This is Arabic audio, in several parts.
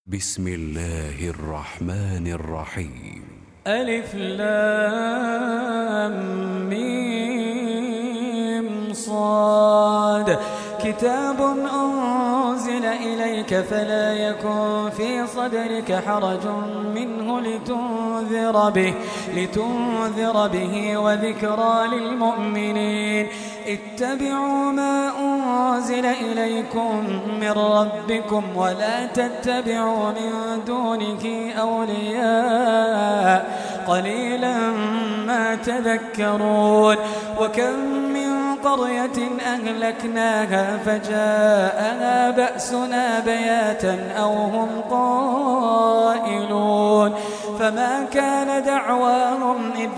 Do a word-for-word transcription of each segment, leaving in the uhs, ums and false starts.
بسم الله الرحمن الرحيم. ألف لام ميم صاد. كتاب أنزل إليك فلا يكن في صدرك حرج منه لتنذر به, لتنذر به وذكرى للمؤمنين. اتبعوا ما أنزل إليكم من ربكم ولا تتبعوا من دونه أولياء قليلا ما تذكرون. وكم من قرية أهلكناها فجاءها بأسنا بياتا أو هم قائلون. فما كان دعواهم إذ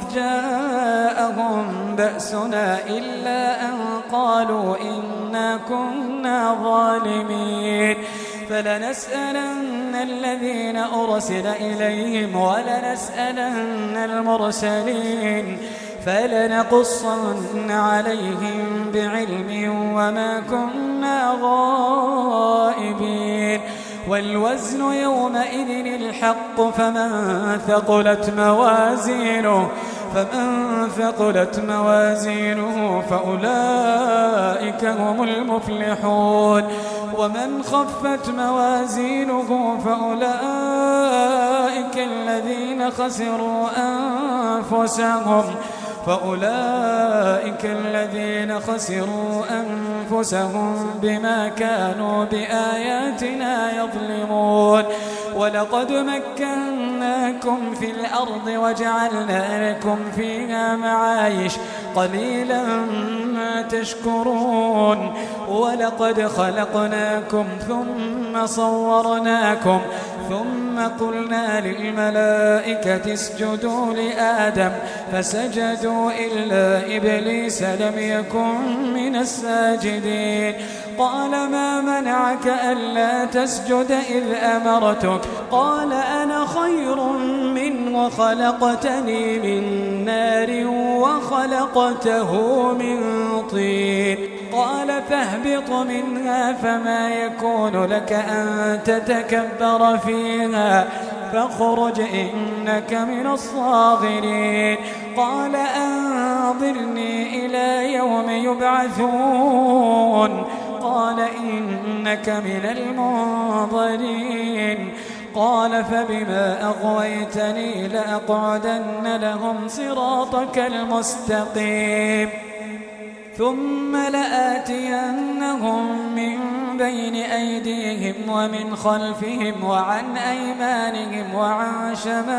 جاءهم بأسنا إلا أن قالوا إنا كنا ظالمين. فلنسألن الذين أرسل إليهم ولنسألن المرسلين فلنقصن عليهم بعلم وما كنا غائبين. والوزن يومئذ الحق فمن ثقلت موازينه فمن ثقلت موازينه فأولئك هم المفلحون. ومن خفت موازينه فأولئك الذين خسروا أنفسهم فأولئك الذين خسروا أنفسهم بما كانوا بآياتنا يظلمون. ولقد مكناكم في الأرض وجعلنا لكم فيها معايش قليلا ما تشكرون. ولقد خلقناكم ثم صورناكم ثم قلنا للملائكة اسجدوا لآدم فسجدوا إلا إبليس لم يكن من الساجدين. قال ما منعك ألا تسجد إذ أمرتك؟ قال أنا خير منه وخلقتني من نار وخلقته من طين. قال فاهبط منها فما يكون لك أن تتكبر فيها فاخرج إنك من الصاغرين. قال أنظرني إلى يوم يبعثون. قال إنك من المنظرين. قال فبما أغويتني لأقعدن لهم صراطك المستقيم ثم لآتينهم من بين أيديهم ومن خلفهم وعن أيمانهم وعن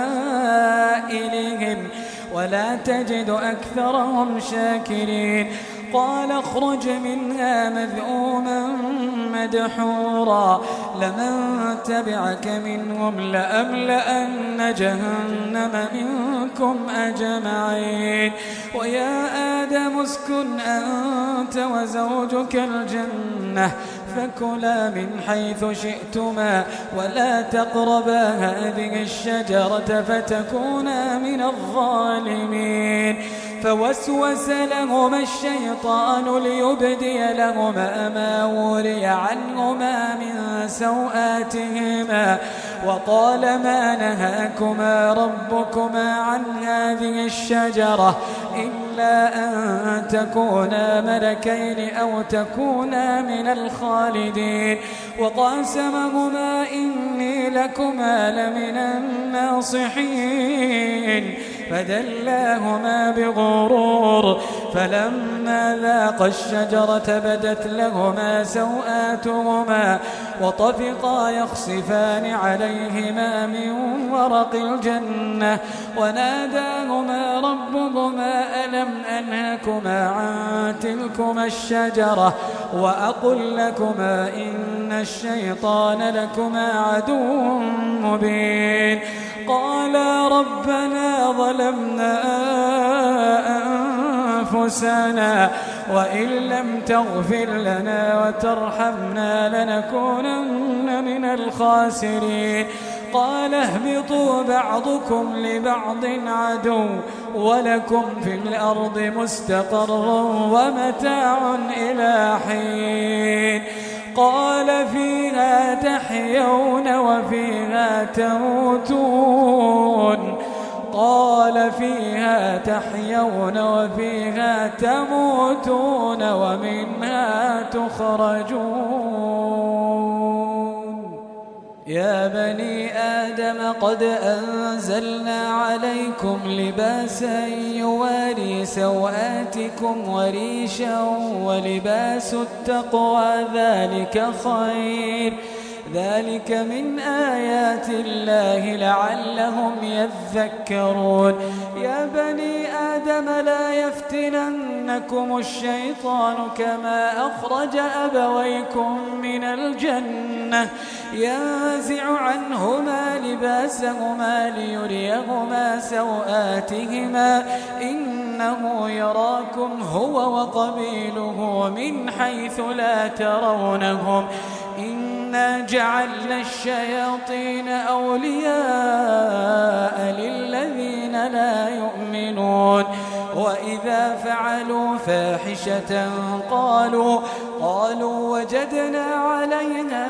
شمائلهم ولا تجد أكثرهم شاكرين. قال اخرج منها مذءوما مدحورا لمن تبعك منهم لأملأن جهنم منكم أجمعين. ويا آدم اسكن أنت وزوجك الجنة فكلا من حيث شئتما ولا تقربا هذه الشجرة فتكونا من الظالمين. فوسوس لهما الشيطان ليبدي لهما ما وري عنهما من سوآتهما وقال ما نهاكما ربكما عن هذه الشجرة إلا أن تكونا ملكين أو تكونا من الخالدين. وقاسمهما إني لكما لمن الناصحين فدلاهما بغرور. فلما ذاقا الشجرة بدت لهما سوآتهما وطفقا يخصفان عليهما من ورق الجنة وناداهما ربهما ألم أنهكما عن تلكما الشجرة وأقل لكما إن الشيطان لكما عدو مبين. قالا ربنا ظلمنا أنفسنا وإن لم تغفر لنا وترحمنا لنكونن من الخاسرين. قال اهبطوا بعضكم لبعض عدو ولكم في الأرض مستقر ومتاع إلى حين. قال فيها تحيون وفيها تموتون قال فيها تحيون وفيها تموتون ومنها تخرجون يا بني آدم قد أنزلنا عليكم لباسا يواري سوآتكم وريشا ولباس التقوى ذلك خير ذلك من آيات الله لعلهم يذكرون يا بني آدم لا يفتننكم الشيطان كما أخرج أبويكم من الجنة ينزع عنهما لباسهما ليريهما سوآتهما إنه يراكم هو وقبيله من حيث لا ترونهم إنا جعلنا الشياطين أولياء للذين لا يؤمنون وإذا فعلوا فاحشة قالوا قالوا وجدنا عليها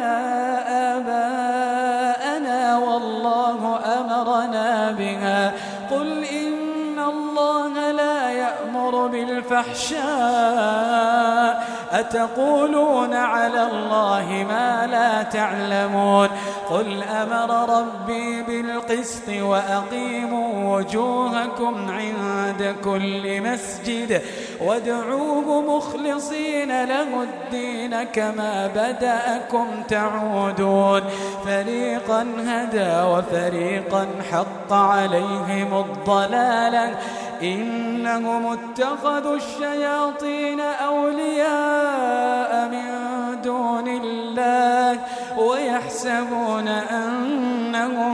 آباءنا والله أمرنا بها قل إن الله لا يأمر بالفحشاء أتقولون على الله ما لا تعلمون قل أمر ربي بالقسط وأقيموا وجوهكم عند كل مسجد وادعوه مخلصين له الدين كما بدأكم تعودون فريقا هدى وفريقا حق عليهم الضلالة إنهم اتخذوا الشياطين أولياء من دون الله ويحسبون أنهم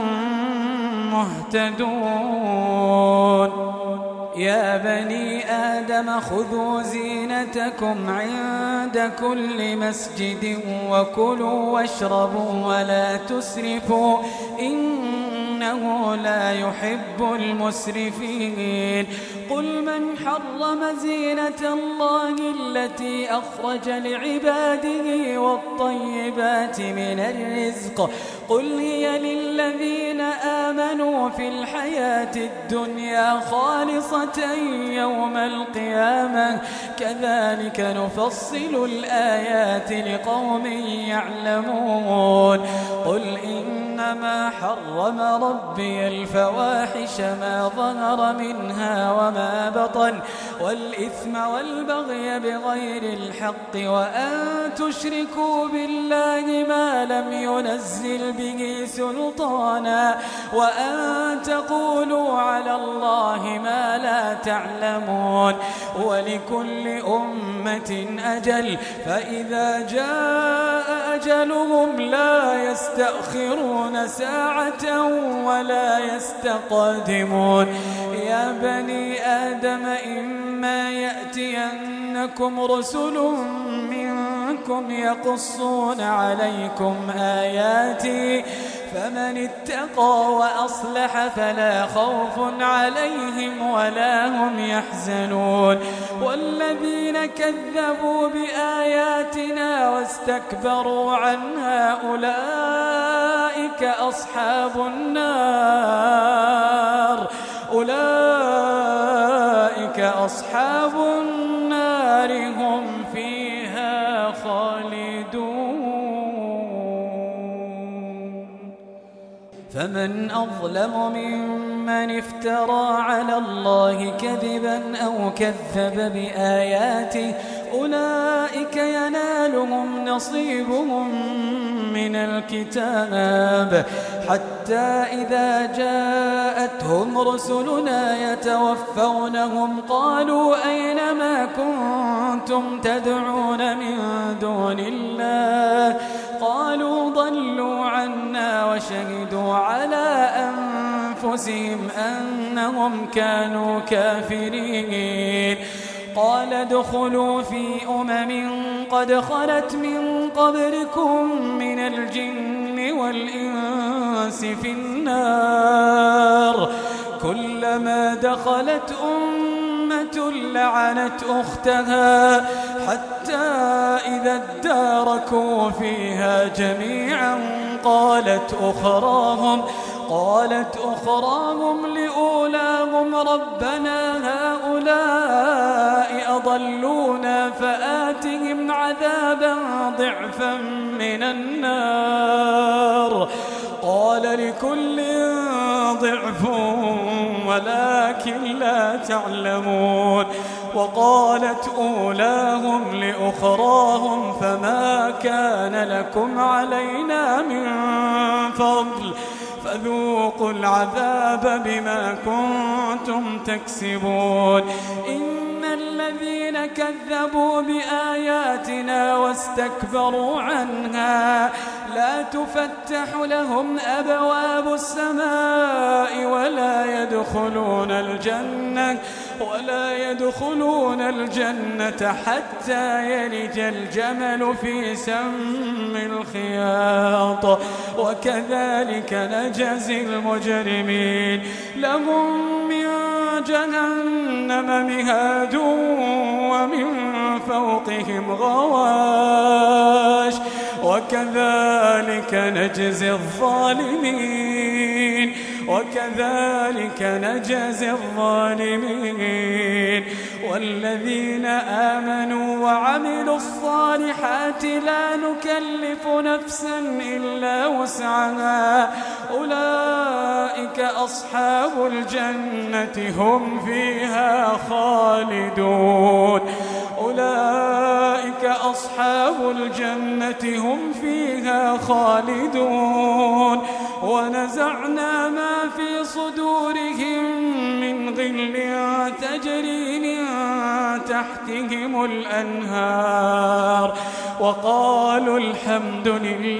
مهتدون يا بني آدم خذوا زينتكم عند كل مسجد وكلوا واشربوا ولا تسرفوا إنه لا يحب المسرفين قل من حرم زينة الله التي أخرج لعباده والطيبات من الرزق قل هي للذين آمنوا في الحياة الدنيا خالصة يوم القيامة كذلك نفصل الآيات لقوم يعلمون قل إنما حرم ربي الفواحش ما ظهر منها وما بطن والإثم والبغي بغير الحق وأن تشركوا بالله ما لم ينزل به سلطانا وأن تقولوا على الله ما لا تعلمون ولكل أمة أجل فإذا جاء أجلهم لا يستأخرون ساعة ولا يستقدمون يا بني آدم إما يأتينكم رسل منكم يقصون عليكم آياتي فمن اتقى وأصلح فلا خوف عليهم ولا هم يحزنون والذين كذبوا بآياتنا واستكبروا عنها أولئك أصحاب النار أولئك أصحاب النار هم فيها خالدون فمن أظلم ممن افترى على الله كذبا أو كذب بآياته أولئك ينالهم نصيبهم من الكتاب حتى إذا جاءتهم رسلنا يتوفونهم قالوا أين ما كنتم تدعون من دون الله قالوا ضلوا عنا وشهدوا على أنفسهم أنهم كانوا كافرين قال ادخلوا في أمم قد خلت من قبلكم من الجن والإنس في النار كلما دخلت أمة لعنت أختها حتى إذا اداركوا فيها جميعا قالت أخراهم قالت أخراهم لأولاهم ربنا هؤلاء أضلونا فآتهم عذابا ضعفا من النار قال لكل ضعف ولكن لا تعلمون وقالت أولاهم لأخراهم فما كان لكم علينا من فضل فذوقوا العذاب بما كنتم تكسبون إن الذين كذبوا بآياتنا واستكبروا عنها لا تفتح لهم أبواب السماء ولا يدخلون الجنة ولا يدخلون الجنة حتى يلج الجمل في سم الخياط وكذلك نجزي المجرمين لهم من جهنم مهاد ومن فوقهم غواش وكذلك نجزي الظالمين وكذلك نجزي الظالمين والذين آمنوا وعملوا الصالحات لا نكلف نفسا إلا وسعها أولئك أصحاب الجنة هم فيها خالدون أولئك أصحاب الجنة هم فيها خالدون ونزعنا ما في صدورهم من غل تجري من تحتهم الأنهار وقالوا الحمد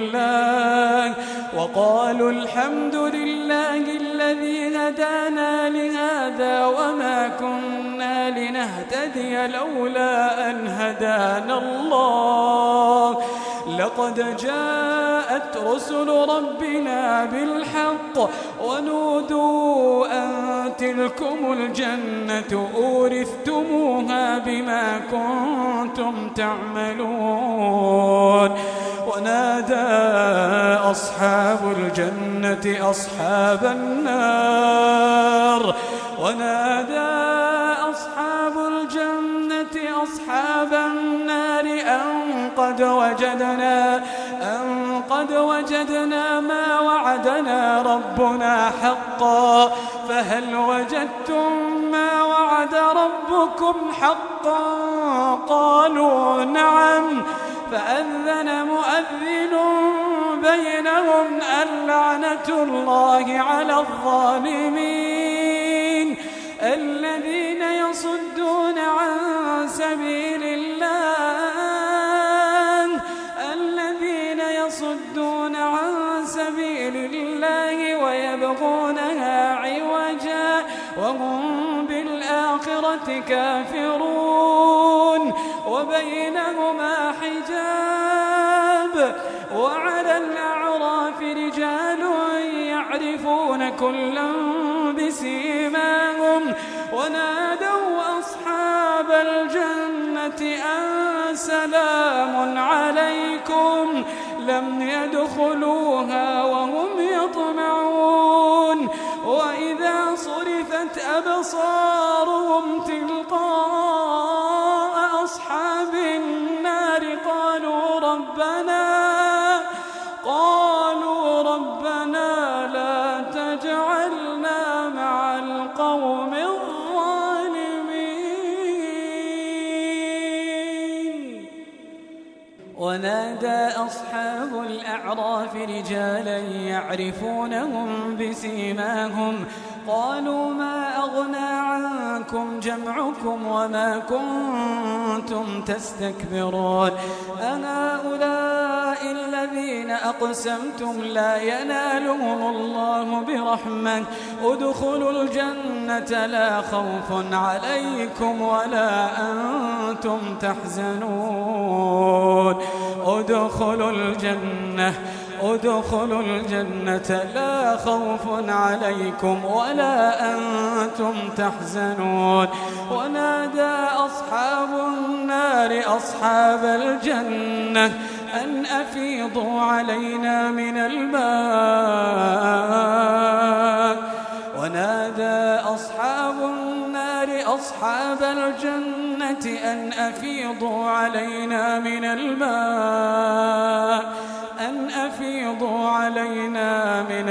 لله وقالوا الحمد لله الذي هدانا لهذا وما كنا لنهتدي لولا أن هدانا الله لقد جاءت رسل ربنا بالحق ونودوا أن تلكم الجنة أورثتموها بما كنتم تعملون ونادى أصحاب الجنة أصحاب النار ونادى أصحاب الجنة أصحاب النار أن قد وجدنا أن قد وجدنا ما وعدنا ربنا حقا فهل وجدتم ما وعد ربكم حقا قالوا نعم فأذن مؤذن بينهم اللعنة الله على الظالمين الذين يصدون عن سبيل الله الذين يصدون عن سبيل الله ويبغونها عوجا وهم بالآخرة كافرون وبينهما حجاب وعلى الأعراف رجال يعرفون كلا بسيماهم ونادوا أصحاب الجنة أن سلام عليكم لم يدخلوها وهم يطمعون وإذا صرفت أبصارهم تلقاء أصحاب النار قالوا ربنا قالوا ربنا لا تجعلنا مع القوم الظالمين ونادى أصحاب الأعراف رجالا يعرفونهم بسيماهم قالوا ما أغنى عنكم جمعكم وما كنتم تستكبرون أهؤلاء الذين أقسمتم لا ينالهم الله برحمة ادخلوا الجنة لا خوف عليكم ولا أنتم تحزنون ادخلوا الجنة ادخلوا الجنة لا خوف عليكم ولا أنتم تحزنون. ونادى أصحاب النار أصحاب الجنة أن أفيضوا علينا من الماء ونادى أصحاب النار أصحاب الجنة أن أفيضوا علينا من الماء أن أفيضوا علينا من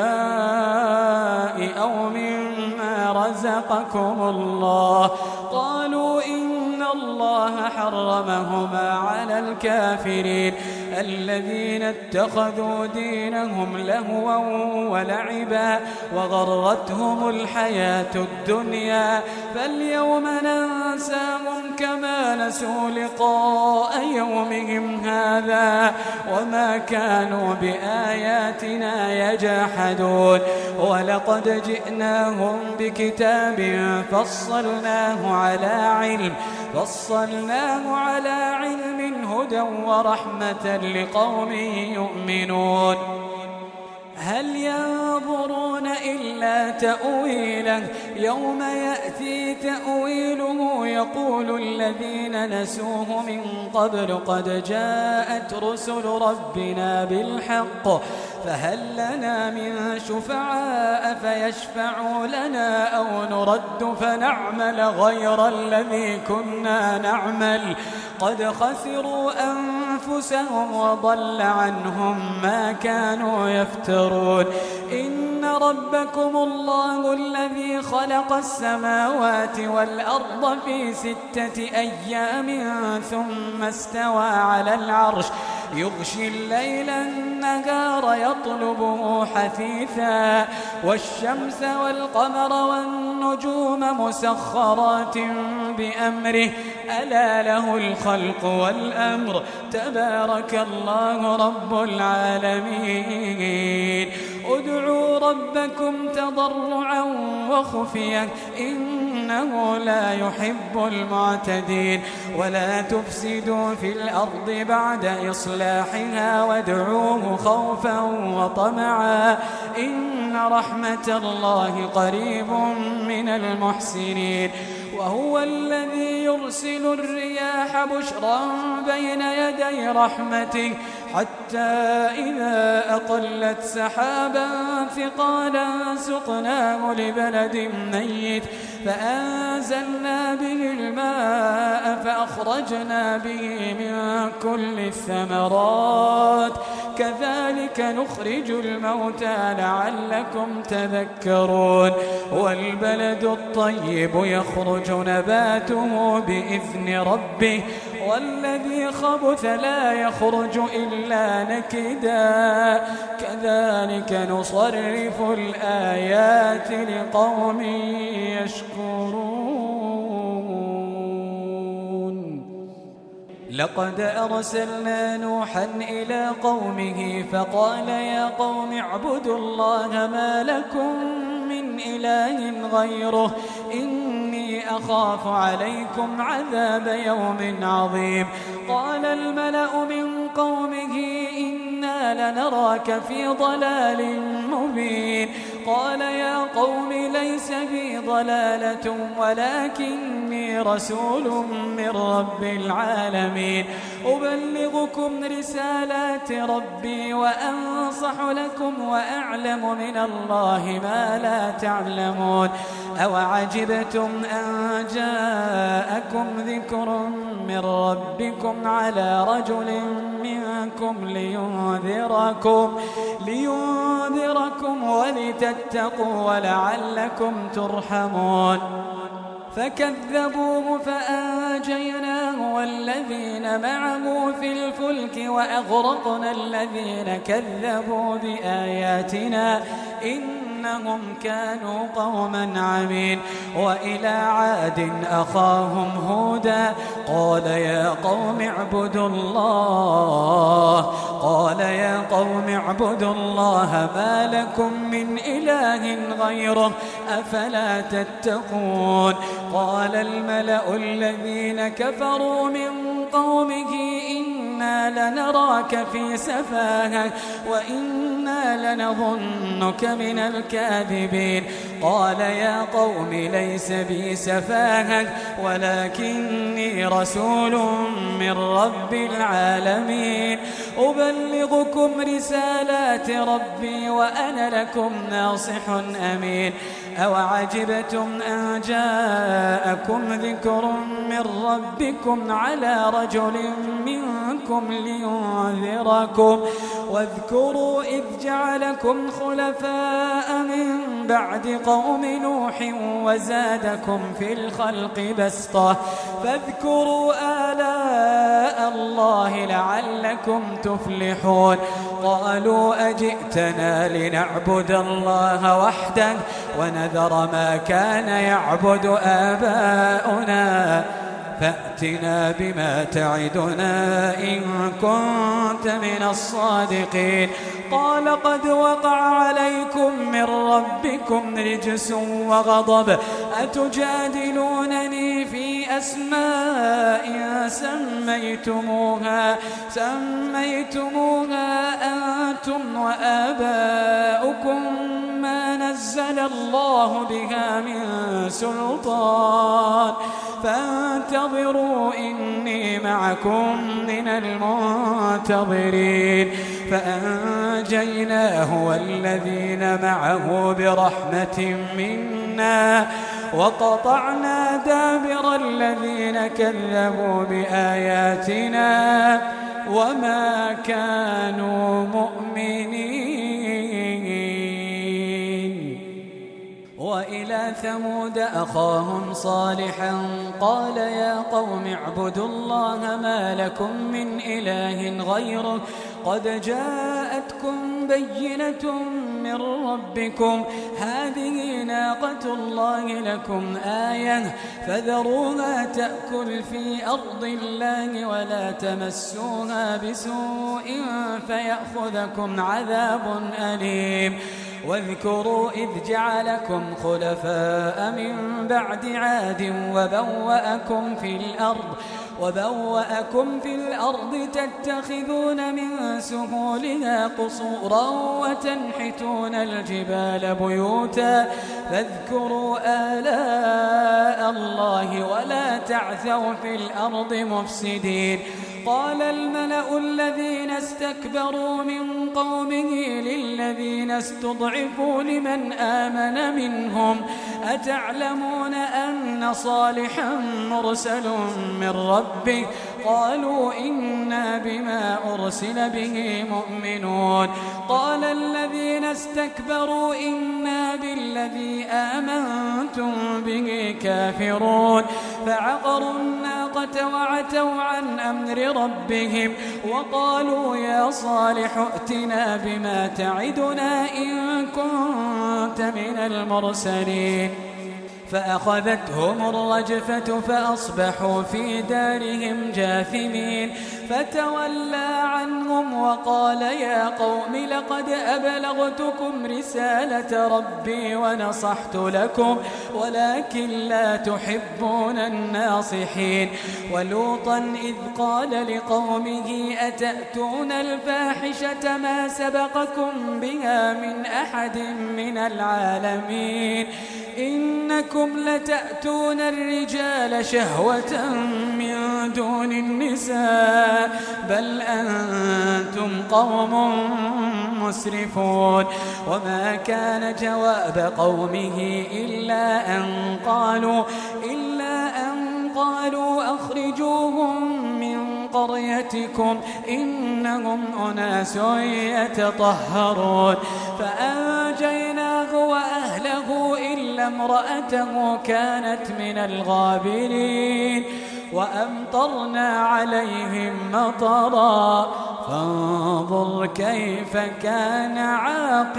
الماء أو مما رزقكم الله. قالوا إن الله حرمهما على الكافرين الذين اتخذوا دينهم لهوا ولعبا وغرتهم الحياة الدنيا فاليوم ننساهم كما نسوا لقاء يومهم هذا وما كانوا بآياتنا يجحدون. ولقد جئناهم بكتاب فصلناه على علم فصلناه على علم هدى ورحمة لقوم يؤمنون. هل ينظرون إلا تأويله يوم يأتي تأويله يقول الذين نسوه من قبل قد جاءت رسل ربنا بالحق فهل لنا من شفعاء فيشفعوا لنا أو نرد فنعمل غير الذي كنا نعمل قد خسروا أنفسهم وضل عنهم ما كانوا يفترون. إن ربكم الله الذي خلق السماوات والأرض في ستة أيام ثم استوى على العرش يغشي الليل النهار يطلبه حثيثا والشمس والقمر والنجوم مسخرات بأمره ألا له الخلق والأمر تبارك الله رب العالمين. ادعوا ربكم تضرعا وخفيا إنه لا يحب المعتدين. ولا تفسدوا في الأرض بعد إصلاحها وادعوه خوفا وطمعا إن رحمة الله قريب من المحسنين. وهو الذي يرسل الرياح بشرا بين يدي رحمته حتى إذا أقلت سحابا ثقالا سقناه لبلد ميت فأنزلنا به الماء فأخرجنا به من كل الثمرات كذلك نخرج الموتى لعلكم تذكرون. والبلد الطيب يخرج نباته بإذن ربه والذي خبث لا يخرج إلا نكدا كذلك نصرف الآيات لقوم يشكرون. لقد أرسلنا نوحا إلى قومه فقال يا قوم اعبدوا الله ما لكم من إله غيره إني أخاف عليكم عذاب يوم عظيم. قال الملأ من قومه إنا لنراك في ضلال مبين. قال يا قوم ليس بي ضلالة ولكني رسول من رب العالمين أبلغكم رسالات ربي وأنصح لكم وأعلم من الله ما لا تعلمون. أوعجبتم أن جاءكم ذكر من ربكم على رجل منكم لينذركم لينذركم ولتتقوا ولعلكم ترحمون. فكذبوه فأنجيناه والذين معه في الفلك وأغرقنا الذين كذبوا بآياتنا إنهم كانوا قوما عمين. وإلى عاد أخاهم هودا قال يا قوم اعبدوا الله قال يا قوم اعبدوا الله ما لكم من إله غيره أفلا تتقون. قال الملأ الذين كفروا من قومه إنا إنا لنراك في سفاهة وإنا لنظنك من الكاذبين. قال يا قوم ليس بي سفاهة ولكني رسول من رب العالمين أبلغكم رسالات ربي وأنا لكم ناصح أمين. أوعجبتم أن جاءكم ذكر من ربكم على رجل منكم لينذركم واذكروا إذ جعلكم خلفاء من بعد قوم نوح وزادكم في الخلق بسطة فاذكروا آلاء الله لعلكم تفلحون. قالوا أجئتنا لنعبد الله وحده ونذر ما كان يعبد آباؤنا فأتنا بما تعدنا إن كنت من الصادقين. قال قد وقع عليكم من ربكم رجس وغضب أتجادلونني في أسماء سميتموها سميتموها أنتم وآباؤكم ما نزل الله بها من سلطان فانتظروا إني معكم من المنتظرين. فأنجيناه والذين معه برحمة منا وقطعنا دابر الذين كذبوا بآياتنا وما كانوا مؤمنين. وإلى ثمود أخاهم صالحا قال يا قوم اعبدوا الله ما لكم من إله غيره قد جاءتكم بينة من ربكم هذه ناقة الله لكم آية فذروها تأكل في أرض الله ولا تمسوها بسوء فيأخذكم عذاب أليم. واذكروا إذ جعلكم خلفاء من بعد عاد وبوأكم في الأرض وبوأكم في الأرض تتخذون من سهولها قصورا وتنحتون الجبال بيوتا فاذكروا آلاء الله ولا تعثوا في الأرض مفسدين. قال الملأ الذين استكبروا من قومه للذين استضعفوا لمن آمن منهم أتعلمون أن صالحا مرسل من ربه قالوا إنا بما أرسل به مؤمنون. قال الذين استكبروا إنا بالذي آمنتم به كافرون فعقروا الناقة وعتوا عن أمر ربهم وقالوا يا صالح ائتنا بما تعدنا إن كنت من المرسلين. فأخذتهم الرجفة فأصبحوا في دارهم جاثمين فتولى عنهم وقال يا قوم لقد أبلغتكم رسالة ربي ونصحت لكم ولكن لا تحبون الناصحين. ولوطا إذ قال لقومه أتأتون الفاحشة ما سبقكم بها من أحد من العالمين إنكم لتأتون الرجال شهوة من دون النساء بل أنتم قوم مسرفون. وما كان جواب قومه إلا أن قالوا إلا أن قالوا أخرجوهم من قريتكم إنهم أناس يتطهرون. فأنجيناه وأهله إلا امرأته كانت من الغابرين وأمطرنا عليهم مطرا فانظر كيف كان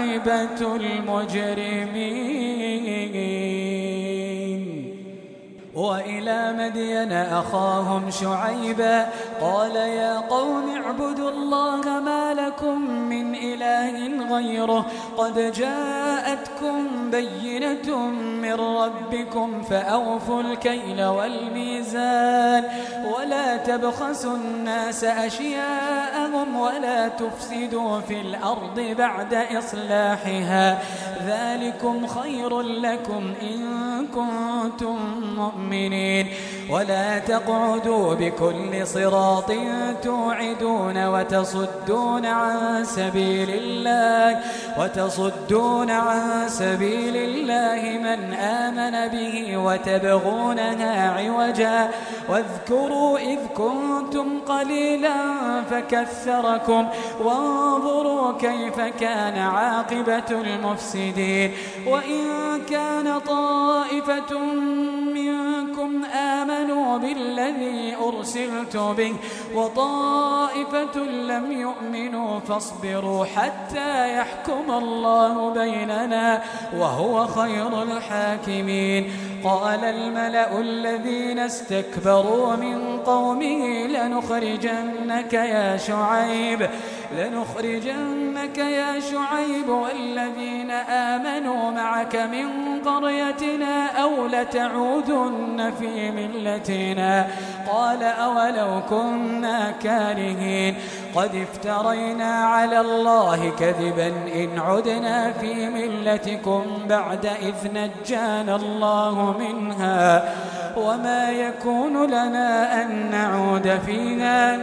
عاقبة المجرمين. وإلى مدين أخاهم شعيبا قال يا قوم اعبدوا الله ما لكم من إله غيره قد جاءتكم بينة من ربكم فأوفوا الكيل والميزان ولا تبخسوا الناس أشياءهم ولا تفسدوا في الأرض بعد إصلاحها ذلكم خير لكم إن كنتم مؤمنين ولا تقعدوا بكل صراط توعدون وتصدون عن سبيل الله وتصدون عن سبيل الله من آمن به وتبغونها عوجا واذكروا إذ كنتم قليلا فكثركم وانظروا كيف كان عاقبة المفسدين وإن كان طائفة منكم آمنوا بالذي أرسلت به وطائفة لم يؤمنوا فاصبروا حتى يحكم الله بيننا وهو خير الحاكمين قال الملأ الذين استكبروا من قومه لنخرجنك يا شعيب لنخرجنك يا شعيب والذين آمنوا معك من قريتنا أو لتعودن في ملتنا قال أولو كنا كارهين قد افترينا على الله كذبا إن عدنا في ملتكم بعد إذ نجانا الله منها وما يكون لنا أن نعود فيها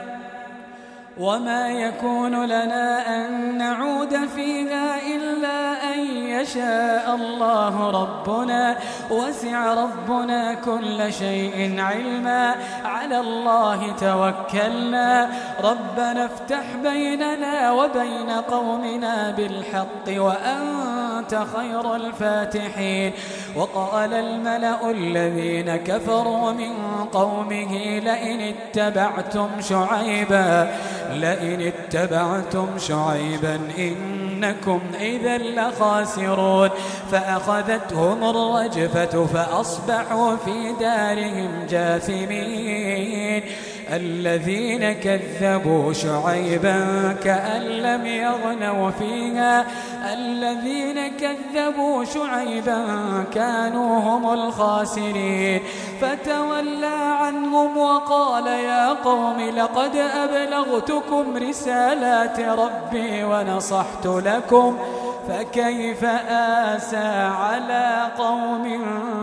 وما يكون لنا أن نعود فيها إلا أن يشاء الله ربنا وسع ربنا كل شيء علما على الله توكلنا ربنا افتح بيننا وبين قومنا بالحق وأنت خير الفاتحين وقال الملأ الذين كفروا من قومه لئن اتبعتم شعيبا لئن اتبعتم شعيبا إنكم إذا لخاسرون فأخذتهم الرجفة فأصبحوا في دارهم جاثمين الذين كذبوا شعيبا كأن لم يغنوا فيها الذين كذبوا شعيبا كانوا هم الخاسرين فتولى عنهم وقال يا قوم لقد أبلغتكم رسالات ربي ونصحت لكم فكيف آسى على قوم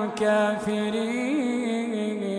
كافرين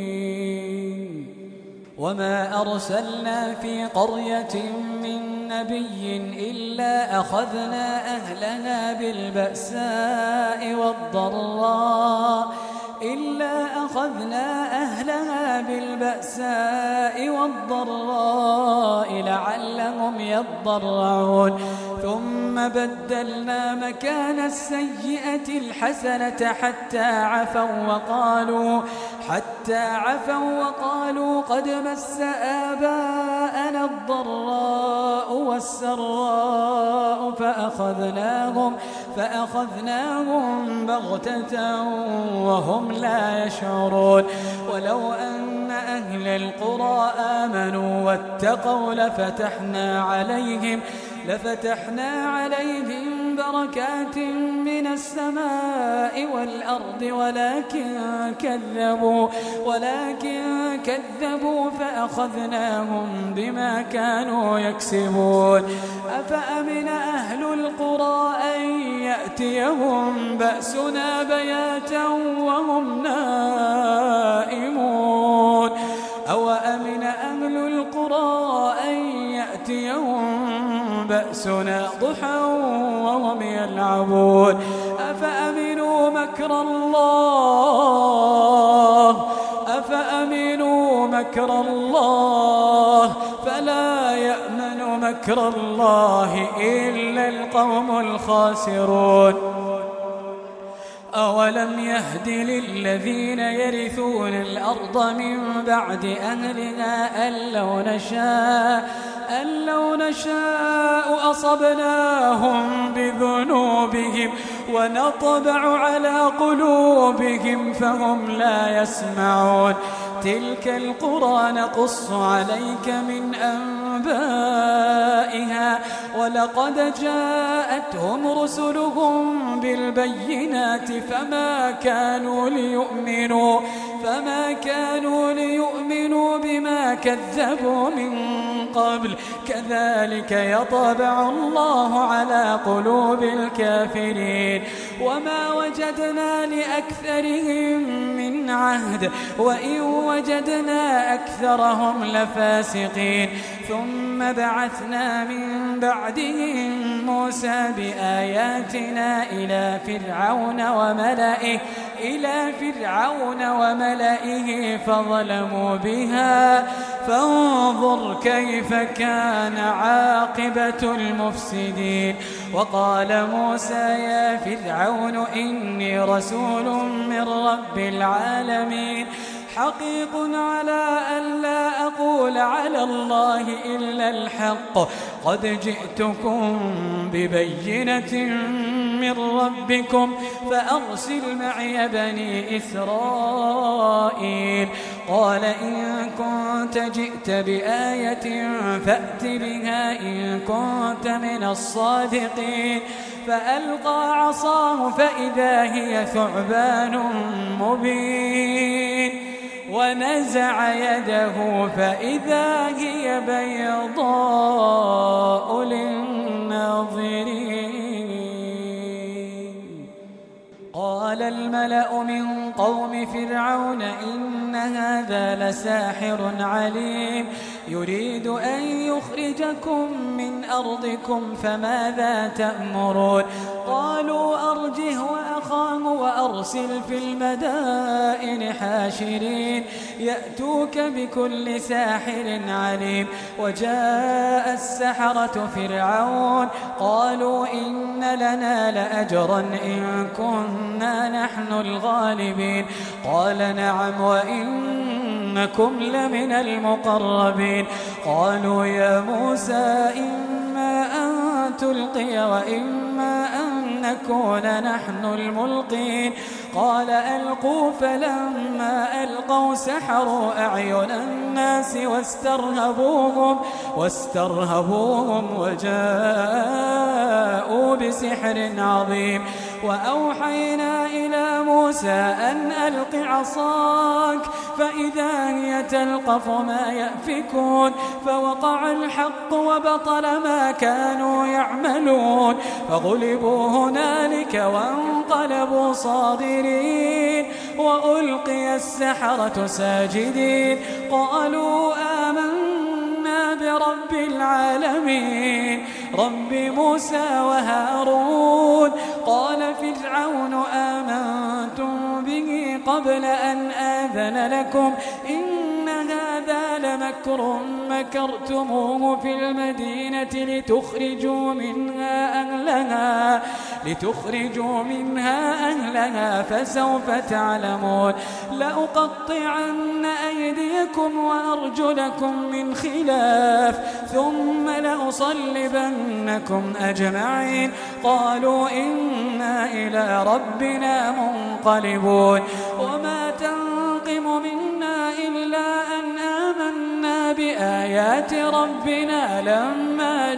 وما أرسلنا في قرية من نبي إلا أخذنا أهلها بالبأساء والضراء إلا أخذنا أهلها بالبأساء والضراء لعلهم يضرعون ثم بدلنا مكان السيئة الحسنة حتى عفوا وقالوا حتى عفوا وقالوا قد مس آباءنا الضراء والسراء فأخذناهم فأخذناهم بغتة وهم لا يشعرون ولو أن أهل القرى آمنوا واتقوا لفتحنا عليهم لفتحنا عليهم بركات من السماء والأرض ولكن كذبوا ولكن كذبوا فأخذناهم بما كانوا يكسبون أفأمن أهل القرى أن يأتيهم بأسنا بياتا وهم نائمون أو أمن أهل القرى أن يأتيهم بأسنا ضحى وهم يلعبون أفأمنوا مكر الله أفأمنوا مكر الله فلا يأمن مكر الله إلا القوم الخاسرون أولم يهد للذين يرثون الأرض من بعد أهلها أن لو نشاء أن لو نشاء أصبناهم بذنوبهم ونطبع على قلوبهم فهم لا يسمعون تلك القرى نقص عليك من أنبائها ولقد جاءتهم رسلهم بالبينات فما كانوا ليؤمنوا فما كانوا ليؤمنوا بما كذبوا من قبل كذلك يطبع الله على قلوب الكافرين وما وجدنا لأكثرهم من عهد وإن وجدنا أكثرهم لفاسقين ثم بعثنا من بعدهم موسى بآياتنا إلى فرعون وملئه إلى فرعون وملئه فظلموا بها فانظر كيف كان عاقبة المفسدين وقال موسى يا فرعون إني رسول من رب العالمين حقيق على أن لا أقول على الله إلا الحق قد جئتكم ببينة من ربكم فأرسل معي بني إسرائيل قال إن كنت جئت بآية فأت بها إن كنت من الصادقين فألقى عصاه فإذا هي ثعبان مبين ونزع يده فإذا هي بيضاء للناظرين قال الملأ من قوم فرعون إن هذا لساحر عليم يريد أن يخرجكم من أرضكم فماذا تأمرون قالوا أرجه وأخاه وأرسل في المدائن حاشرين يأتوك بكل ساحر عليم وجاء السحرة فرعون قالوا إن لنا لأجرا إن كنا نحن الغالبين قال نعم وإنكم لمن المقربين قالوا يا موسى إما أن تلقي وإما أن نكون نحن الملقين قال ألقوا فلما ألقوا سحروا أعين الناس واسترهبوهم واسترهبوهم وجاءوا بسحر عظيم وأوحينا إلى موسى أن ألق عصاك فإذا هي تلقف ما يأفكون فوقع الحق وبطل ما كانوا يعملون فغلبوا هنالك وانقلبوا صاغرين وألقي السحرة ساجدين قالوا آمنا برب العالمين رب موسى وهارون قال فرعون آمنتم به قبل أن آذن لكم إن هذا لمكر مكرتموه في المدينة لتخرجوا منها أهلها لتخرجوا منها أهلها فسوف تعلمون لأقطعن أيديكم وأرجلكم من خلاف ثم لأصلبنكم أجمعين قالوا إنا إلى ربنا منقلبون وما تنقم منا إلا أن آمنا بآيات ربنا لما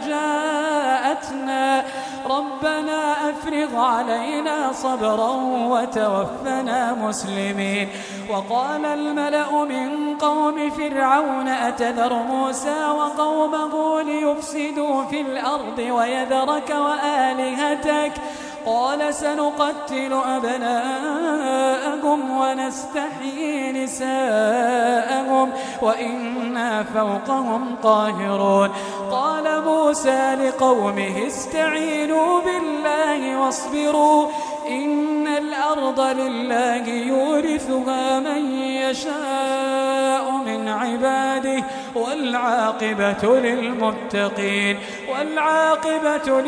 جاءتنا ربنا أفرغ علينا صبرا وتوفنا مسلمين وقال الملأ من قوم فرعون أتذر موسى وقومه ليفسدوا في الأرض ويذرك وآلهتك قال سنقتل أبناءهم ونستحيي نساءهم وإنا فوقهم قاهرون قال موسى لقومه استعينوا بالله واصبروا إن الأرض لله يورثها من يشاء من عباده والعاقبة للمتقين والعاقبة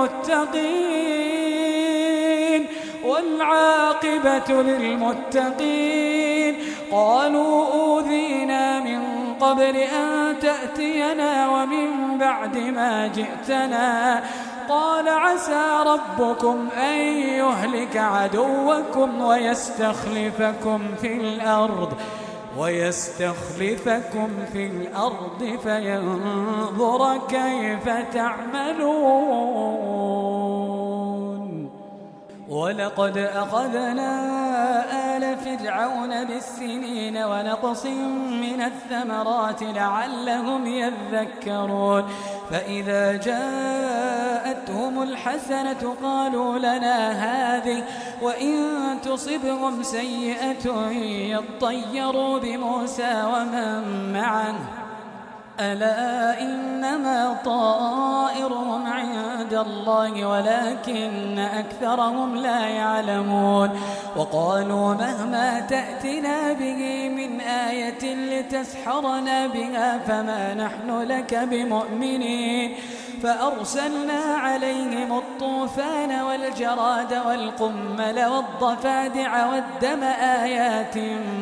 للمتقين والعاقبة للمتقين قالوا أوذينا من قبل أن تأتينا ومن بعد ما جئتنا قال عسى ربكم أن يهلك عدوكم ويستخلفكم في الأرض ويستخلفكم في الأرض فينظر كيف تعملون. ولقد أخذنا آل فرعون بالسنين ونقص من الثمرات لعلهم يذكرون. فإذا جاءتهم الحسنة قالوا لنا هذه وإن تصبهم سيئة يطيروا بموسى ومن معه ألا إنما طائرهم عند الله ولكن أكثرهم لا يعلمون. وقالوا مهما تأتنا به من آية لتسحرنا بها فما نحن لك بمؤمنين. فأرسلنا عليهم الطوفان والجراد والقمل والضفادع والدم آيات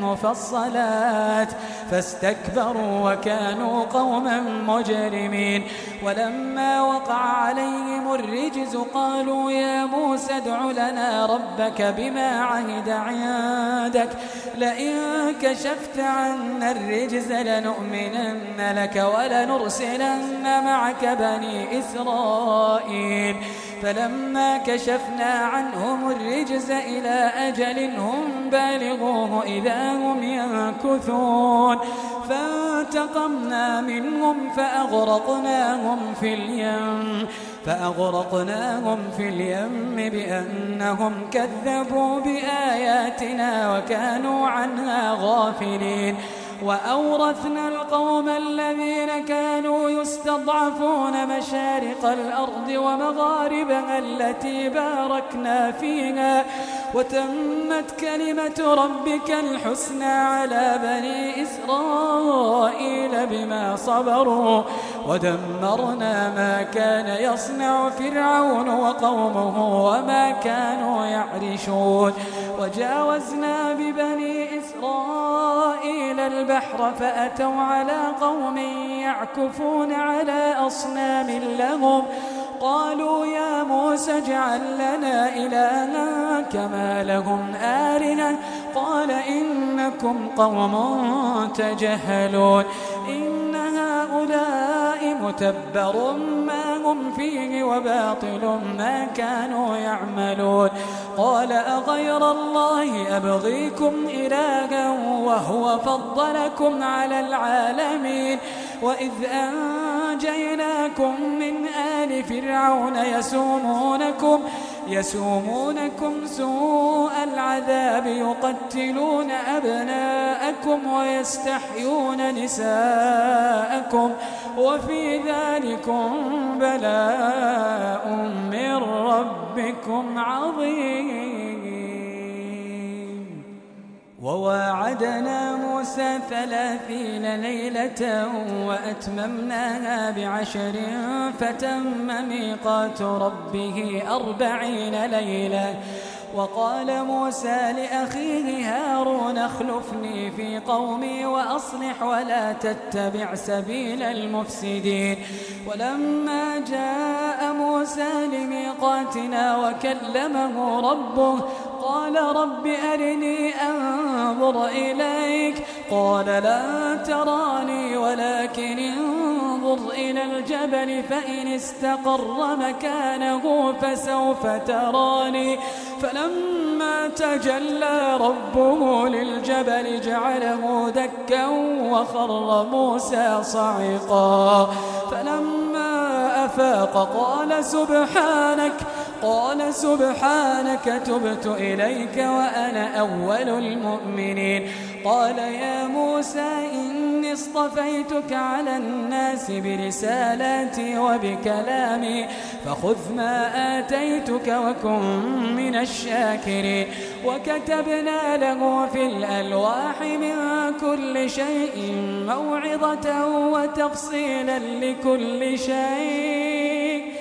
مفصلات فاستكبروا وكانوا قوما مجرمين. ولما وقع عليهم الرجز قالوا يا موسى ادع لنا ربك بما عهد عندك لئن كشفت عنا الرجز لنؤمنن لك ولنرسلن معك بني إسرائيل. فلما كشفنا عنهم الرجز إلى أجل هم بالغوه إذا هم ينكثون فانتقمنا منهم فأغرقناهم في اليم فأغرقناهم في اليم بأنهم كذبوا بآياتنا وكانوا عنها غافلين. وأورثنا القوم الذين كانوا يستضعفون مشارق الأرض ومغاربها التي باركنا فيها وتمت كلمة ربك الحسنى على بني إسرائيل بما صبروا ودمرنا ما كان يصنع فرعون وقومه وما كانوا يعرشون. وجاوزنا ببني إسرائيل البحر فأتوا على قوم يعكفون على أصنام لهم قالوا يا موسى اجعل لنا إلها كما لهم آلهة قال إنكم قوم تجهلون. إن هؤلاء متبر ما هم فيه وباطل ما كانوا يعملون. قال أغير الله أبغيكم إلها وهو فضلكم على العالمين وإذ أنجيناكم من آل فرعون يسومونكم يسومونكم سوء العذاب يقتلون أبناءكم ويستحيون نساءكم وفي ذلكم بلاء من ربكم عظيم. وواعدنا موسى ثلاثين ليلة وأتممناها بعشر فتم ميقات ربه أربعين ليلة. وقال موسى لأخيه هارون اخلفني في قومي وأصلح ولا تتبع سبيل المفسدين. ولما جاء موسى لميقاتنا وكلمه ربه قال رب أرني أنظر إليك قال لا تراني ولكن انظر إلى الجبل فإن استقر مكانه فسوف تراني. فلما تجلى ربه للجبل جعله دكا وخر موسى صعقا. فلما أفاق قال سبحانك قال سبحانك تبت إليك وأنا أول المؤمنين. قال يا موسى إني اصطفيتك على الناس برسالاتي وبكلامي فخذ ما آتيتك وكن من الشاكرين. وكتبنا له في الألواح من كل شيء موعظة وتفصيلا لكل شيء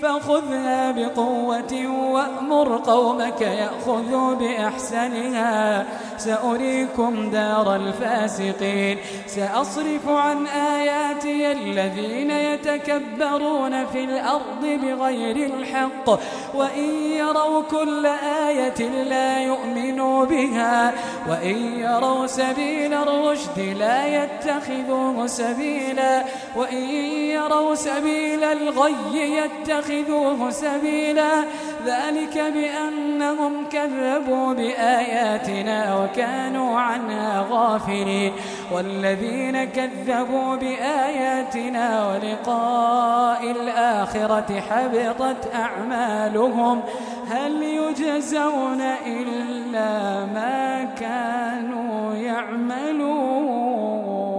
فخذها بقوة وأمر قومك يأخذوا بأحسنها سأريكم دار الفاسقين سأصرف عن آياتي الذين يتكبرون في الأرض بغير الحق وإن يروا كل آية لا يؤمنوا بها وإن يروا سبيل الرشد لا يتخذوه سبيلا وإن يروا سبيل الغي يتخذوه سبيلا ذلك بأنهم كذبوا بآياتنا وكانوا عنها غافلين والذين كذبوا بآياتنا ولقاء الآخرة حبطت أعمالهم هل يجزون إلا ما كانوا يعملون.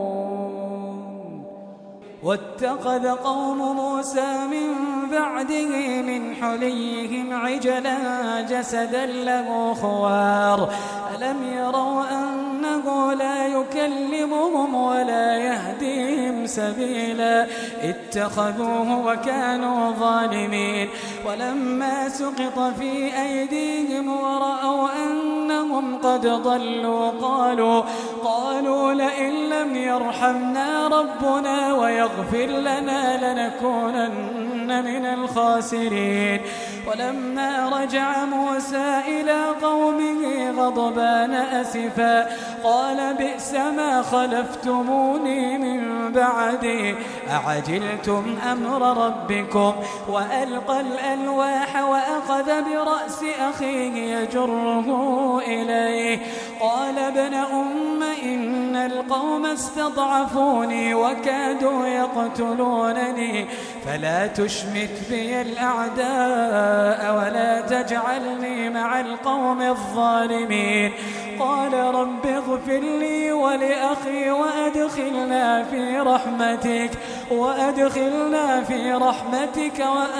واتخذ قوم موسى من بعده من حليهم عجلا جسدا له خوار ألم يروا أنه لا يكلمهم ولا يهديهم سبيلا اتخذوه وكانوا ظالمين ولما سقط في أيديهم ورأوا أنهم قد ضلوا قالوا قالوا لئن لم يرحمنا ربنا ويغفر لنا لنكونن من الخاسرين. ولما رجع موسى إلى قومه غضبان أسفا قال بئس ما خلفتموني من بعدي أعجلتم أمر ربكم وألقى الألواح وأخذ برأس أخيه يجره إليه قال ابن أم إن القوم استضعفوني وكادوا يقتلونني فلا تشمت بي الأعداء ولا تجعلني مع القوم الظالمين. قال رب اغفر لي ولأخي وأدخلنا في رحمتك وأدخلنا في رحمتك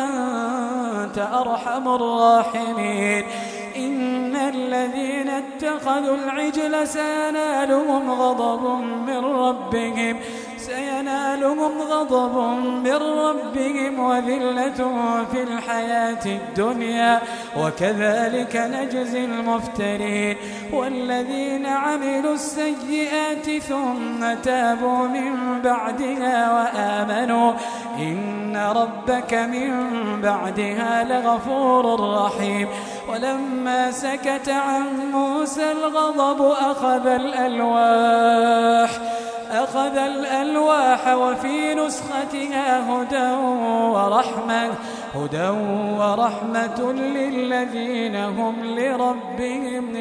وأنت أرحم الراحمين. إن الذين اتخذوا العجل سينالهم غضب من ربهم سينالهم غضب من ربهم وذلة في الحياة الدنيا وكذلك نجزي المفترين. والذين عملوا السيئات ثم تابوا من بعدها وآمنوا إن ربك من بعدها لغفور رحيم. ولما سكت عن موسى الغضب أخذ الألواح أخذ الألواح وفي نسختها هدى ورحمة هدى ورحمة للذين هم لربهم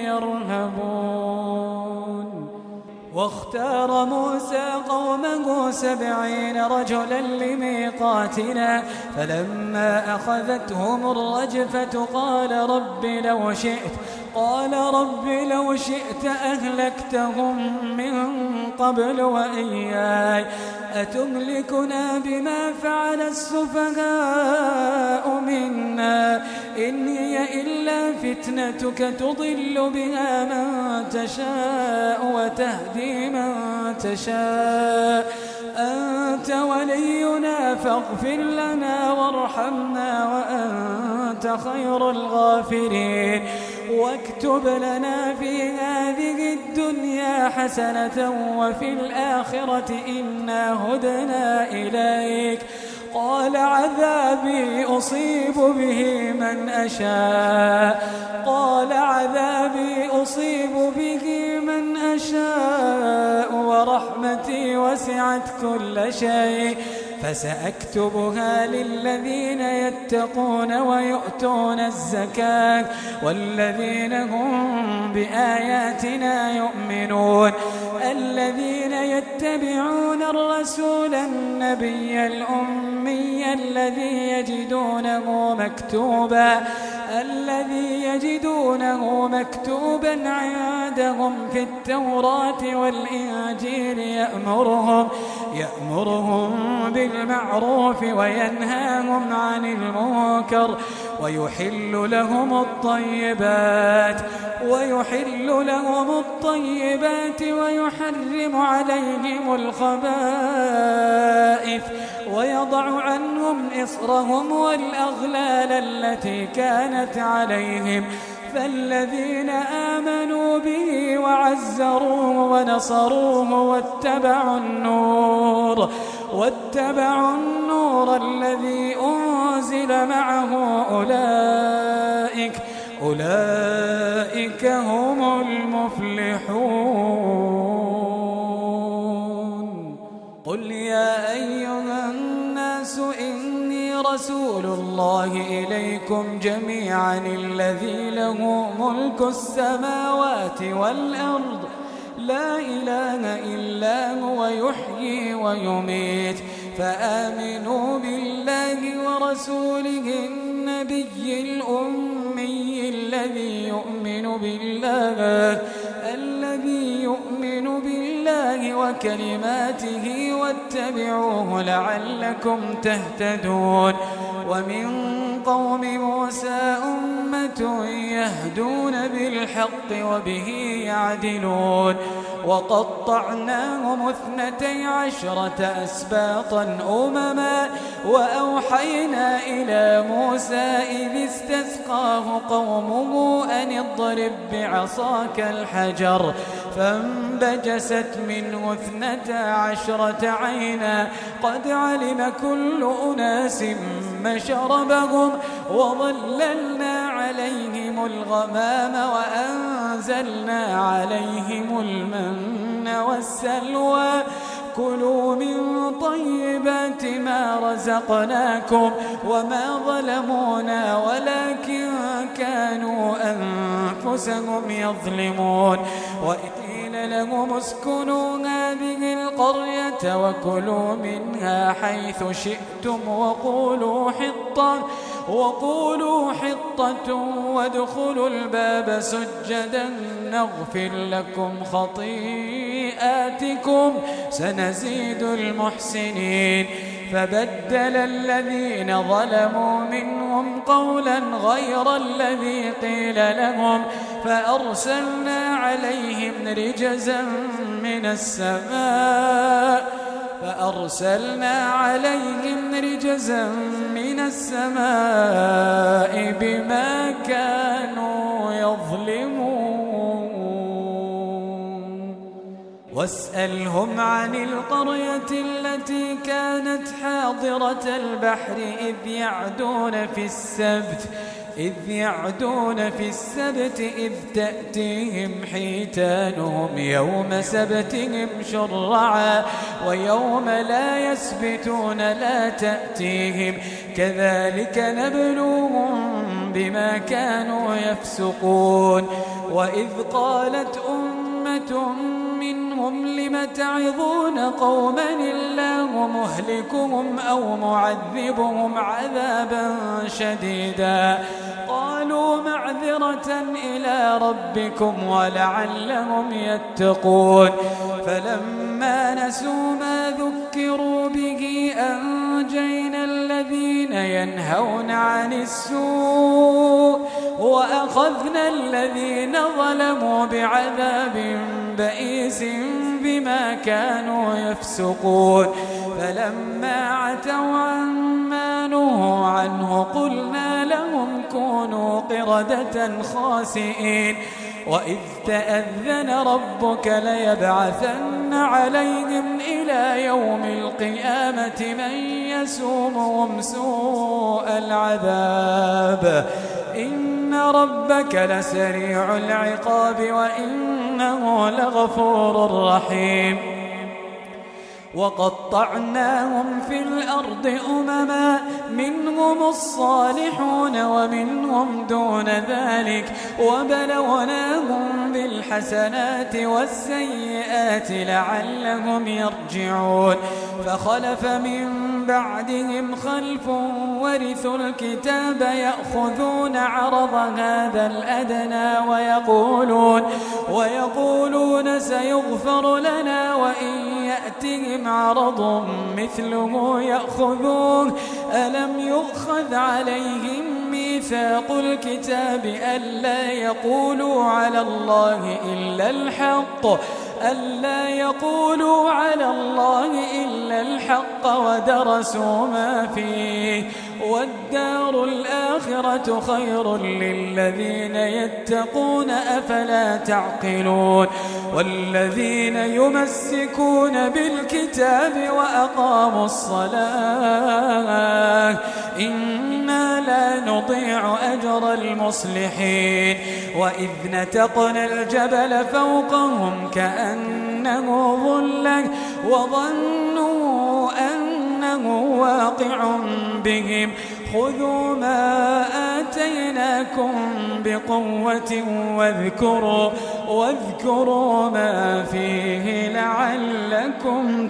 يرهبون. واختار موسى قومه سبعين رجلا لميقاتنا فلما أخذتهم الرجفة قال رب لو شئت قال رب لو شئت أهلكتهم من قبل وإياي أتهلكنا بما فعل السفهاء منا إن هي إلا فتنتك تضل بها من تشاء وتهدي من تشاء أنت ولينا فاغفر لنا وارحمنا وأنت خير الغافرين. واكتب لنا في هذه الدنيا حسنة وفي الآخرة إنا هدنا إليك قال عذابي أصيب به من أشاء قال عذابي أصيب به من أشاء ورحمتي وسعت كل شيء فسأكتبها للذين يتقون ويؤتون الزكاة والذين هم بآياتنا يؤمنون. الذين يتبعون الرسول النبي الأمي الذي يجدونه مكتوبا الذي يجدونه مكتوبا عندهم في التوراة والإنجيل يأمرهم يأمرهم بالمعروف وينهاهم عن المنكر ويحل لهم الطيبات ويحل لهم الطيبات ويحرم عليهم الخبائث ويضع عنهم إصرهم والأغلال التي كانت عليهم فالذين آمنوا به وعزروه ونصروه واتبعوا النور واتبعوا النور الذي أنزل معه أولئك أولئك هم المفلحون. قل يا أيها الناس إني رسول الله إليكم جميعا الذي له ملك السماوات والأرض لا إله إلا هو يحيي ويميت فآمنوا بالله ورسوله النبي الأمي الذي يؤمن بالله الذي يؤمن بالله وكلماته واتبعوه لعلكم تهتدون. ومن قوم موسى أمة يهدون بالحق وبه يعدلون وقطعناهم اثنتي عشرة أسباطا أمما وأوحينا إلى موسى إذ استسقاه قومه أن اضرب بعصاك الحجر فانبجست منه اثنتا عشرة عينا قد علم كل أناس مشربهم وظللنا عليهم الغمام وأنزلنا عليهم المن والسلوى كلوا من طيبات ما رزقناكم وما ظلمونا ولكن كانوا أنفسهم يظلمون. وإذ لهم اسكنوا هذه القرية وكلوا منها حيث شئتم وقولوا حطة وقولوا حطة وادخلوا الباب سجدا نغفر لكم خطيئاتكم سنزيد المحسنين. فبدل الذين ظلموا منهم قولا غير الذي قيل لهم فأرسلنا عليهم رجزا من السماء فأرسلنا عليهم رجزا من السماء بما كانوا يظلمون. واسألهم عن القرية التي كانت حاضرة البحر إذ يعدون في السبت إذ يعدون في السبت إذ تأتيهم حيتانهم يوم سبتهم شرعا ويوم لا يسبتون لا تأتيهم كذلك نبلوهم بما كانوا يفسقون. وإذ قالت أمة منهم لم تعظون قوما الله مهلكهم أو معذبهم عذابا شديدا قالوا معذرة إلى ربكم ولعلهم يتقون. فلما نسوا ما ذكروا به أنجينا الذين ينهون عن السوء وأخذنا الذين ظلموا بعذاب بئيس بما كانوا يفسقون. فلما عتوا عما نهوا عنه قلنا لهم كونوا قردة خاسئين. وإذ تأذن ربك ليبعثن عليهم إلى يوم القيامة من يسومهم سوء العذاب إن ربك لسريع العقاب وإنه لغفور رحيم. وقطعناهم في الأرض أمما منهم الصالحون ومنهم دون ذلك وبلوناهم بالحسنات والسيئات لعلهم يرجعون. فخلف من بعدهم خلف ورثوا الكتاب يأخذون عرض هذا الأدنى ويقولون, ويقولون سيغفر لنا وإن يأتهم عرض مثله يأخذوه. ألم يؤخذ عليهم ميثاق ميثاق الكتاب ألا يقولوا على الله إلا الحق ألا يقولوا على الله إلا الحق ودرسوا ما فيه والدار الآخرة خير للذين يتقون أفلا تعقلون والذين يمسكون بالكتاب وأقاموا الصلاة إنا لا نضيع أجر المصلحين وإذ نتقنا الجبل فوقهم كأنه ظلة وظنوا أنه واقع بهم خذوا ما آتيناكم بقوة واذكروا, واذكروا ما فيه لعلكم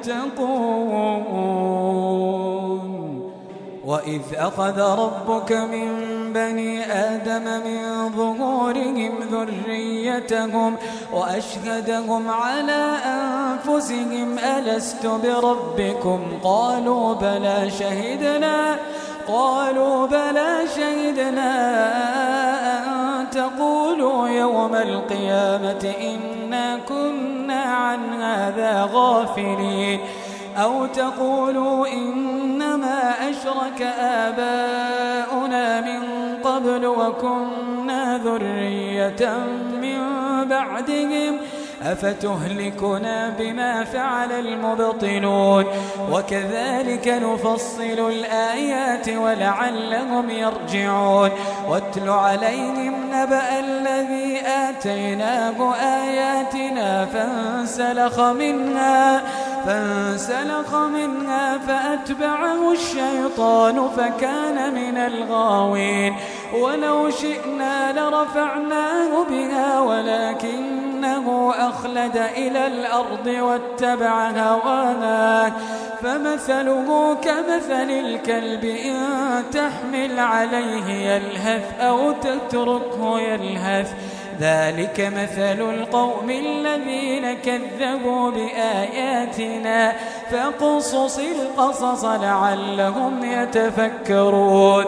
تتقون وإذ أخذ ربك من بني آدم من ظهورهم ذريتهم وأشهدهم على أنفسهم ألست بربكم قالوا بلى شهدنا قالوا بلى شهدنا أن تقولوا يوم القيامة إنا كنا عن هذا غافلين أو تقولوا إنما أشرك آباؤنا من قبل وكنا ذرية من بعدهم أفتهلكنا بما فعل المبطلون وكذلك نفصل الآيات ولعلهم يرجعون واتل عليهم نبأ الذي آتيناه آياتنا فانسلخ منها فانسلخ منها فأتبعه الشيطان فكان من الغاوين ولو شئنا لرفعناه بها ولكنه أخلد إلى الأرض واتبع هواه فمثله كمثل الكلب إن تحمل عليه يلهث أو تتركه يلهث ذلك مثل القوم الذين كذبوا بآياتنا فاقصص القصص لعلهم يتفكرون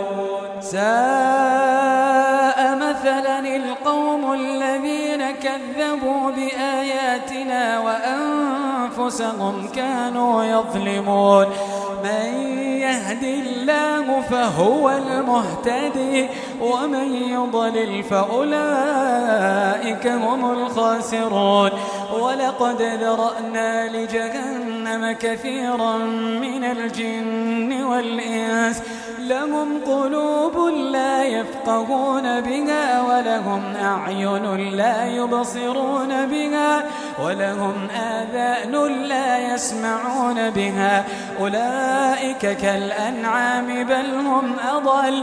ساء مثلا القوم الذين كذبوا بآياتنا وأنفسهم كانوا يظلمون من يهد الله فهو المهتدي ومن يضلل فأولئك هم الخاسرون ولقد ذرأنا لجهنم كثيرا من الجن والإنس لهم قلوب لا يفقهون بها ولهم أعين لا يبصرون بها ولهم آذان لا يسمعون بها أولئك كالأنعام بل هم أضل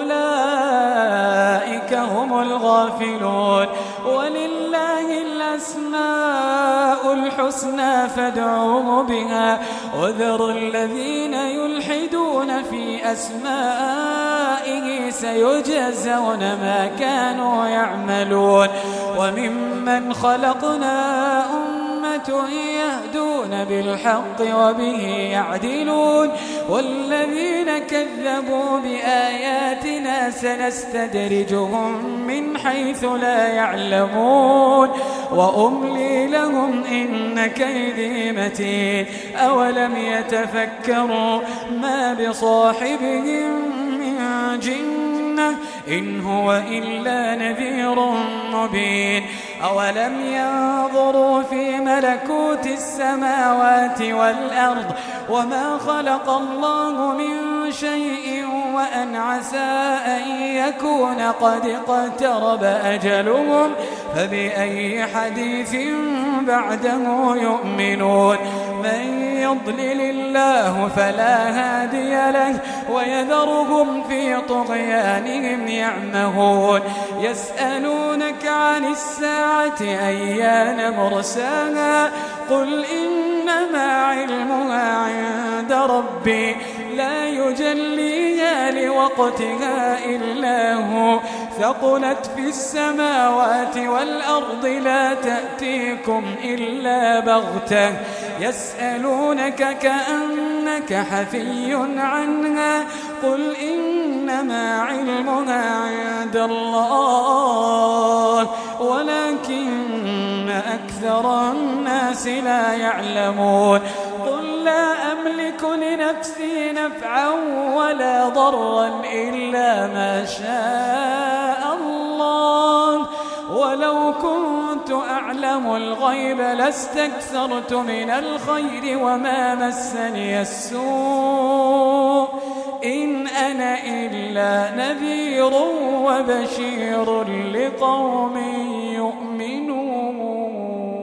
أولئك هم الغافلون ولله الأسماء الحسنى فادعوه بها وذروا الذين يلحدون في أسمائه سيجزون ما كانوا يعملون وممن خلقنا أمة يهدون بالحق وبه يعدلون والذين كذبوا بآياتنا سنستدرجهم من حيث لا يعلمون وأملي لهم إن كيدي متين أولم يتفكروا ما بصاحبهم من جنة إن هو إلا نذير مبين أولم ينظروا في ملكوت السماوات والأرض وما خلق الله من شيء وأن عسى أن يكون قد اقترب أجلهم فبأي حديث بعده يؤمنون من يضلل الله فلا هادي له ويذرهم في طغيانهم يعمهون يسألونك عن الساعة أيان مرساها قل إنما علمها عند ربي لا يجليها لوقتها إلا هو ثقلت في السماوات والأرض لا تأتيكم إلا بغتة يسألونك كأنك حفي عنها قل إن إنما علمها عند الله ولكن أكثر الناس لا يعلمون قل لا أملك لنفسي نفعا ولا ضرا إلا ما شاء الله ولو كنت أعلم الغيب لاستكثرت من الخير وما مسني السوء إن أنا إلا نذير وبشير لقوم يؤمنون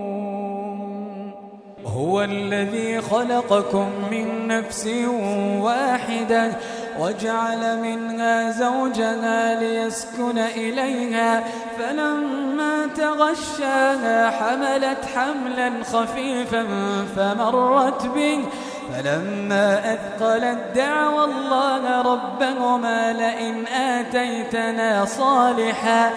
هو الذي خلقكم من نفس واحدة وجعل منها زوجها ليسكن إليها فلما تغشاها حملت حملا خفيفا فمرت به فلما أثقلت دعوا الله ربهما لئن آتيتنا صالحا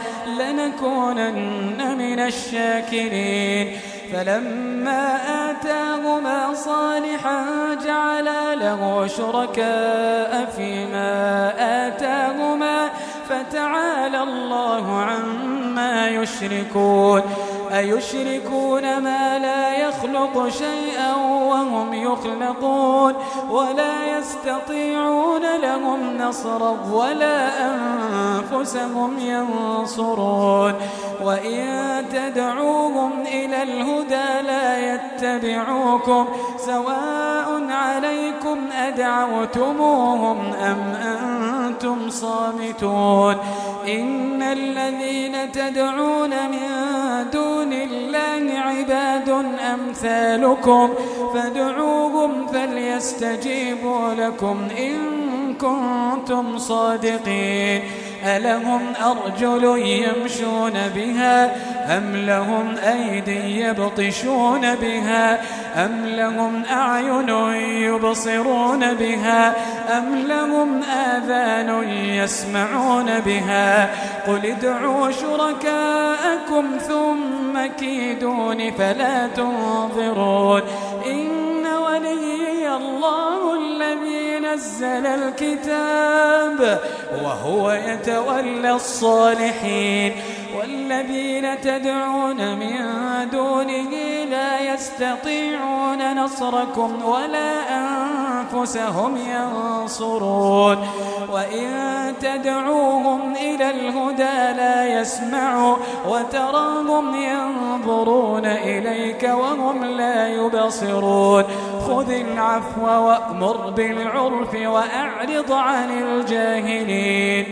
لنكونن من الشاكرين فلما آتاهما صالحا جعلا له شركاء فيما آتاهما فتعالى الله عما يشركون أيشركون ما لا يخلق شيئا وهم يخلقون ولا يستطيعون لهم نصرا ولا أنفسهم ينصرون وإن تدعوهم إلى الهدى لا يتبعوكم سواء عليكم أدعوتموهم أم أنتم صامتون إن الذين تدعون من دون الله عباد أمثالكم فادعوهم فليستجيبوا لكم إن كنتم صادقين ألهم أرجل يمشون بها أم لهم أيدي يبطشون بها أم لهم أعين يبصرون بها أم لهم آذان يسمعون بها قل ادعوا شركاءكم ثم كيدون فلا تنظرون إن وليي الله الذي نزل الكتاب وهو يتولى الصالحين والذين تدعون من دونه لا يستطيعون نصركم ولا أنفسهم ينصرون وإن تدعوهم إلى الهدى لا يسمعوا وتراهم ينظرون إليك وهم لا يبصرون خذ العفو وأمر بالعرف وأعرض عن الجاهلين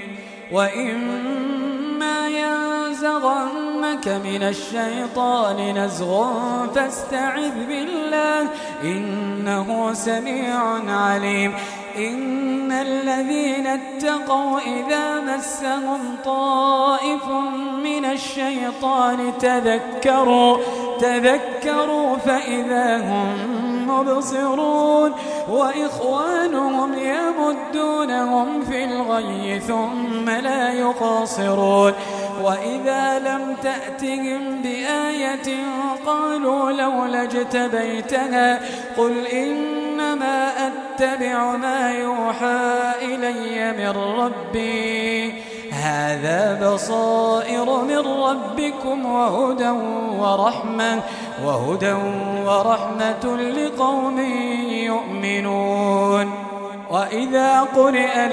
وإما ينزغنك من الشيطان نزغ فاستعذ بالله إنه سميع عليم إن الذين اتقوا إذا مسهم طائف من الشيطان تذكروا تذكروا فإذا هم مبصرون وإخوانهم يمدونهم في الغي ثم لا يقاصرون وإذا لم تأتهم بآية قالوا لولا اجتبيتها قل إنما أتبع ما يوحى إلي من ربي هذا بصائر من ربكم وهدى ورحمة وهدى ورحمة لقوم يؤمنون وإذا قرئ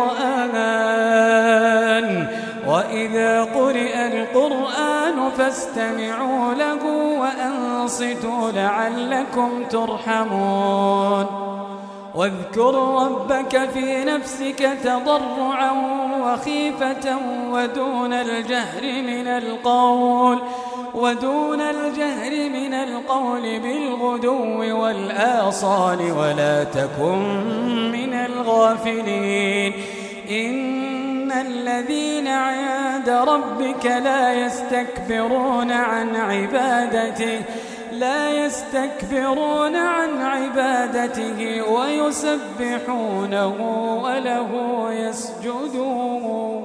القرآن وإذا قرئ القرآن فاستمعوا له وأنصتوا لعلكم ترحمون واذكر ربك في نفسك تضرعا وخيفة ودون الجهر من القول ودون الجهر من القول بالغدو والآصال ولا تكن من الغافلين إن الذين عند ربك لا يستكبرون عن عبادته لا يستكبرون عن عبادته ويسبحونه وله يسجدون.